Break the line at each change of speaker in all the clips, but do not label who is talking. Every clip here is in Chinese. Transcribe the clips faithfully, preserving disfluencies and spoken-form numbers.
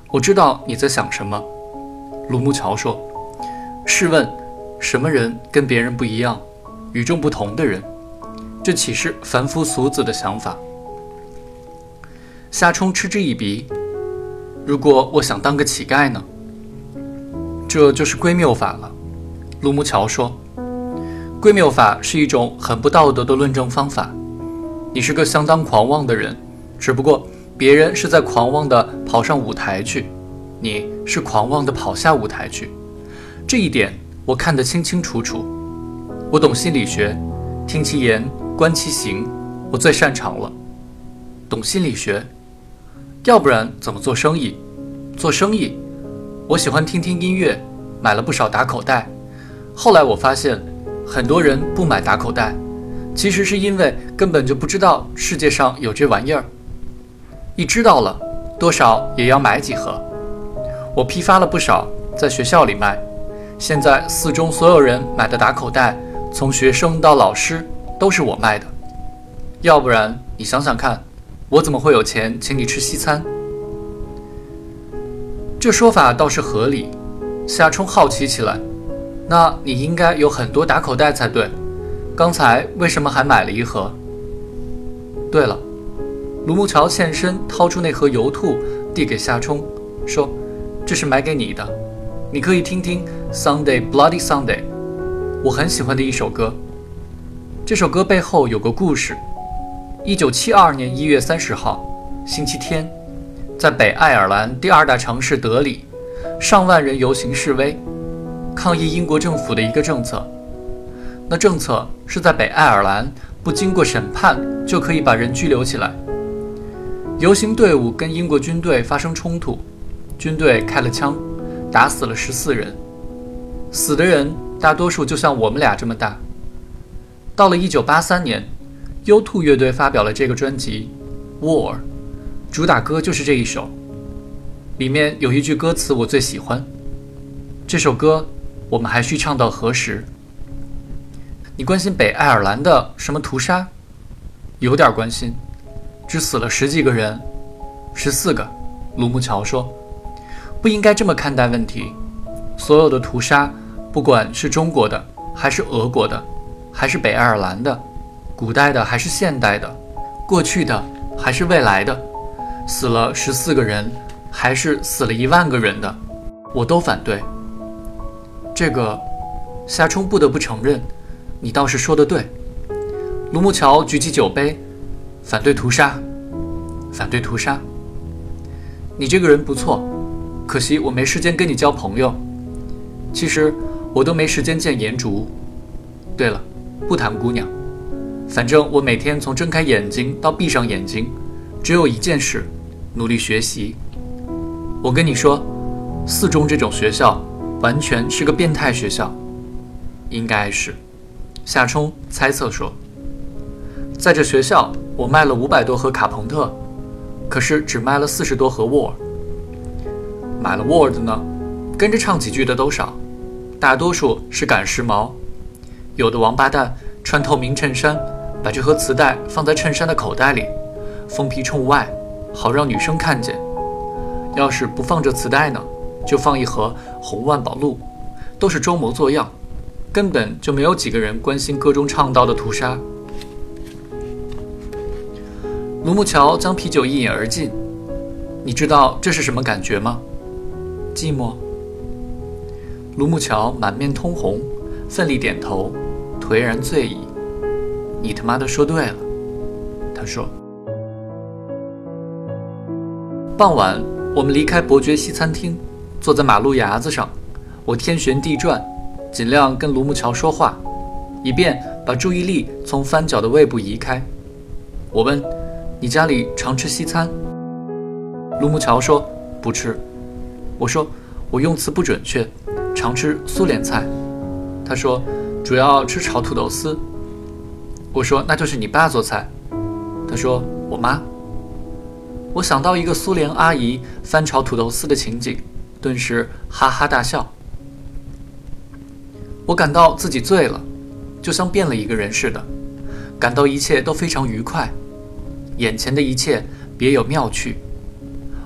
我知道你在想什么，卢木桥说。试问，什么人跟别人不一样，与众不同的人？这岂是凡夫俗子的想法？夏冲嗤之以鼻。如果我想当个乞丐呢？这就是归谬法了，卢木桥说。归谬法是一种很不道德的论证方法。你是个相当狂妄的人，只不过别人是在狂妄地跑上舞台去，你是狂妄地跑下舞台去。这一点我看得清清楚楚。我懂心理学，听其言，观其行，我最擅长了。懂心理学，要不然怎么做生意？做生意，我喜欢听听音乐，买了不少打口袋。后来我发现，很多人不买打口袋，其实是因为根本就不知道世界上有这玩意儿。一知道了，多少也要买几盒。我批发了不少，在学校里卖。现在四中所有人买的打口袋，从学生到老师，都是我卖的。要不然你想想看，我怎么会有钱请你吃西餐？这说法倒是合理。夏冲好奇起来，那你应该有很多打口袋才对，刚才为什么还买了一盒？对了，卢木桥欠身掏出那盒油兔，递给夏冲，说：“这是买给你的，你可以听听 Sunday Bloody Sunday， 我很喜欢的一首歌。这首歌背后有个故事。一九七二年一月三十号，星期天，在北爱尔兰第二大城市德里，上万人游行示威，抗议英国政府的一个政策。那政策是在北爱尔兰不经过审判就可以把人拘留起来。游行队伍跟英国军队发生冲突，军队开了枪，打死了十四人，死的人大多数就像我们俩这么大。到了一九八三年，U 二 乐队发表了这个专辑《War》，主打歌就是这一首。里面有一句歌词我最喜欢，这首歌我们还需唱到何时？你关心北爱尔兰的什么屠杀？有点关心，只死了十几个人，十四个。卢木桥说，不应该这么看待问题。所有的屠杀，不管是中国的，还是俄国的，还是北爱尔兰的，古代的还是现代的，过去的还是未来的，死了十四个人，还是死了一万个人的，我都反对。这个，夏冲不得不承认，你倒是说得对。卢木桥举起酒杯，反对屠杀，反对屠杀。你这个人不错，可惜我没时间跟你交朋友。其实我都没时间见颜竹。对了，不谈姑娘，反正我每天从睁开眼睛到闭上眼睛，只有一件事，努力学习。我跟你说，四中这种学校完全是个变态学校。应该是，夏冲猜测说。在这学校，我卖了五百多盒卡朋特，可是只卖了四十多盒 War。买了 War 的呢，跟着唱几句的都少，大多数是赶时髦。有的王八蛋穿透明衬衫，把这盒磁带放在衬衫的口袋里，封皮冲外，好让女生看见。要是不放这磁带呢，就放一盒红万宝路，都是装模作样，根本就没有几个人关心歌中唱到的屠杀。卢木桥将啤酒一饮而尽。你知道这是什么感觉吗？寂寞。卢木桥满面通红，奋力点头，颓然醉意。你他妈的说对了，他说。傍晚，我们离开伯爵西餐厅，坐在马路牙子上，我天旋地转，尽量跟卢木桥说话，以便把注意力从翻搅的胃部移开。我问，你家里常吃西餐？卢木桥说，不吃。我说，我用词不准确，常吃苏联菜。他说，主要吃炒土豆丝。我说，那就是你爸做菜。他说，我妈。我想到一个苏联阿姨翻炒土豆丝的情景，顿时哈哈大笑。我感到自己醉了，就像变了一个人似的，感到一切都非常愉快，眼前的一切别有妙趣。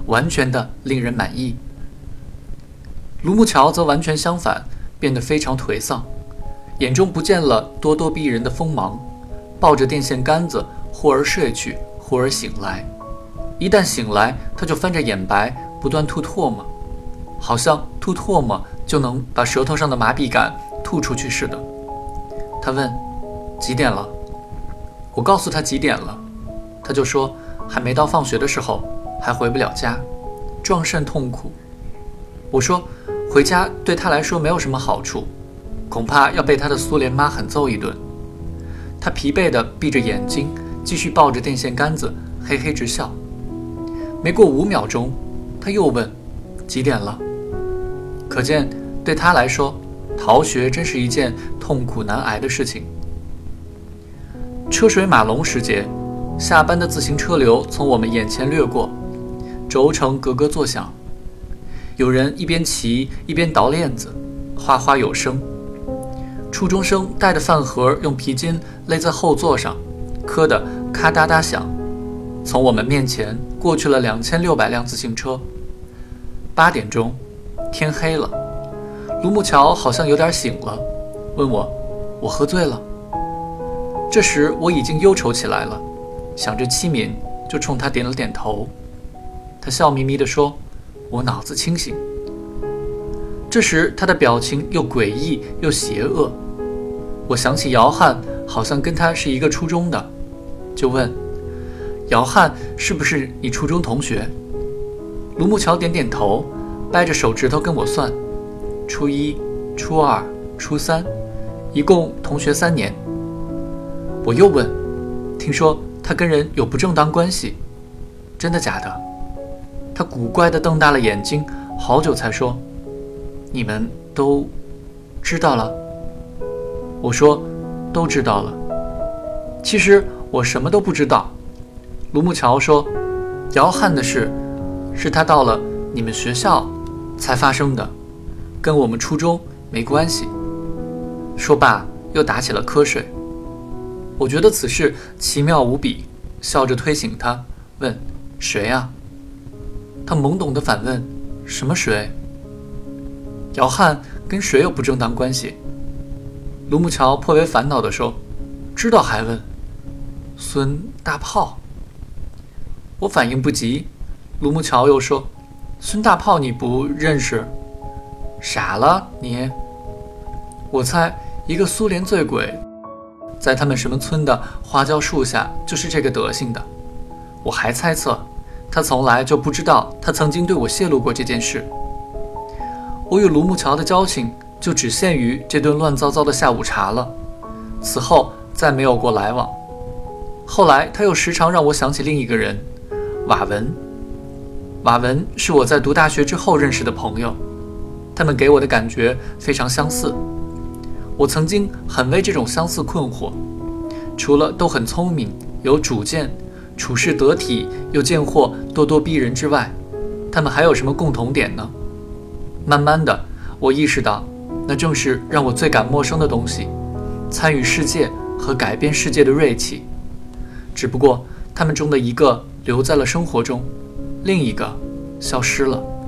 完全的令人满意。卢木桥则完全相反，变得非常颓丧，眼中不见了咄咄逼人的锋芒，抱着电线杆子忽而睡去，忽而醒来。一旦醒来，他就翻着眼白，不断吐唾沫，好像吐唾沫就能把舌头上的麻痹感吐出去似的。他问：几点了？我告诉他几点了，他就说还没到放学的时候，还回不了家，壮甚痛苦。我说回家对他来说没有什么好处，恐怕要被他的苏联妈狠揍一顿。他疲惫地闭着眼睛，继续抱着电线杆子，嘿嘿直笑。没过五秒钟，他又问：几点了？可见对他来说，逃学真是一件痛苦难挨的事情。车水马龙时节，下班的自行车流从我们眼前掠过，轴承咯咯作响，有人一边骑一边捣链子，哗哗有声。初中生带着饭盒用皮筋勒在后座上，磕得咔嗒嗒响。从我们面前过去了两千六百辆自行车。八点钟，天黑了，卢木桥好像有点醒了，问我：我喝醉了？这时我已经忧愁起来了，想着戚敏，就冲他点了点头。他笑眯眯地说：我脑子清醒。这时他的表情又诡异又邪恶。我想起姚汉好像跟他是一个初中的，就问：姚汉是不是你初中同学？卢木桥点点头，掰着手指头跟我算：初一、初二、初三，一共同学三年。我又问：听说他跟人有不正当关系，真的假的？他古怪地瞪大了眼睛，好久才说：你们都知道了？我说：都知道了。其实我什么都不知道。卢木桥说：姚汉的事是他到了你们学校才发生的，跟我们初中没关系。说罢又打起了瞌睡。我觉得此事奇妙无比，笑着推醒他，问：谁啊？他懵懂地反问：什么谁？姚汉跟谁有不正当关系？卢木桥颇为烦恼地说：知道还问？孙大炮。我反应不及，卢木桥又说：孙大炮你不认识？傻了你？我猜一个苏联醉鬼在他们什么村的花椒树下就是这个德行的。我还猜测他从来就不知道他曾经对我泄露过这件事。我与卢木桥的交情就只限于这顿乱糟糟的下午茶了，此后再没有过来往。后来他又时常让我想起另一个人，瓦文。瓦文是我在读大学之后认识的朋友，他们给我的感觉非常相似。我曾经很为这种相似困惑，除了都很聪明有主见，处事得体又见货咄咄逼人之外，他们还有什么共同点呢？慢慢的我意识到，那正是让我最感陌生的东西，参与世界和改变世界的锐气。只不过他们中的一个留在了生活中，另一个消失了。